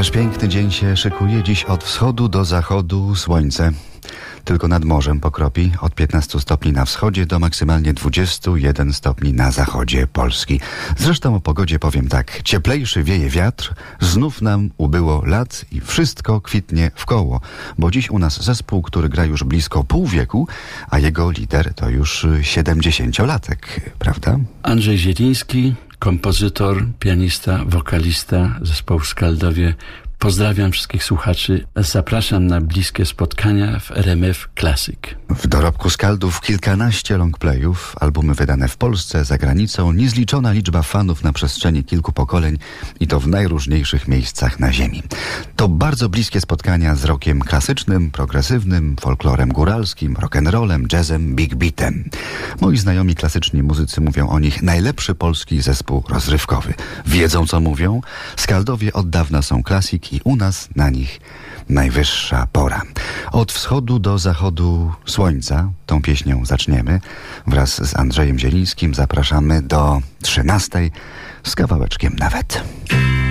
Ależ piękny dzień się szykuje, dziś od wschodu do zachodu słońce. Tylko nad morzem pokropi, od 15 stopni na wschodzie do maksymalnie 21 stopni na zachodzie Polski. Zresztą o pogodzie powiem tak, cieplejszy wieje wiatr, znów nam ubyło lat i wszystko kwitnie wkoło, bo dziś u nas zespół, który gra już blisko pół wieku, a jego lider to już 70-latek, prawda? Andrzej Zieliński, kompozytor, pianista, wokalista zespołu Skaldowie. Pozdrawiam wszystkich słuchaczy. Zapraszam na bliskie spotkania w RMF Classic. W dorobku Skaldów kilkanaście longplayów, albumy wydane w Polsce, za granicą, niezliczona liczba fanów na przestrzeni kilku pokoleń i to w najróżniejszych miejscach na ziemi. To bardzo bliskie spotkania z rockiem klasycznym, progresywnym, folklorem góralskim, rock'n'rollem, jazzem, big beatem. Moi znajomi klasyczni muzycy mówią o nich najlepszy polski zespół rozrywkowy. Wiedzą, co mówią? Skaldowie od dawna są klasyk i u nas na nich najwyższa pora. Od wschodu do zachodu słońca, tą pieśnią zaczniemy. Wraz z Andrzejem Zielińskim zapraszamy do 13 z kawałeczkiem nawet.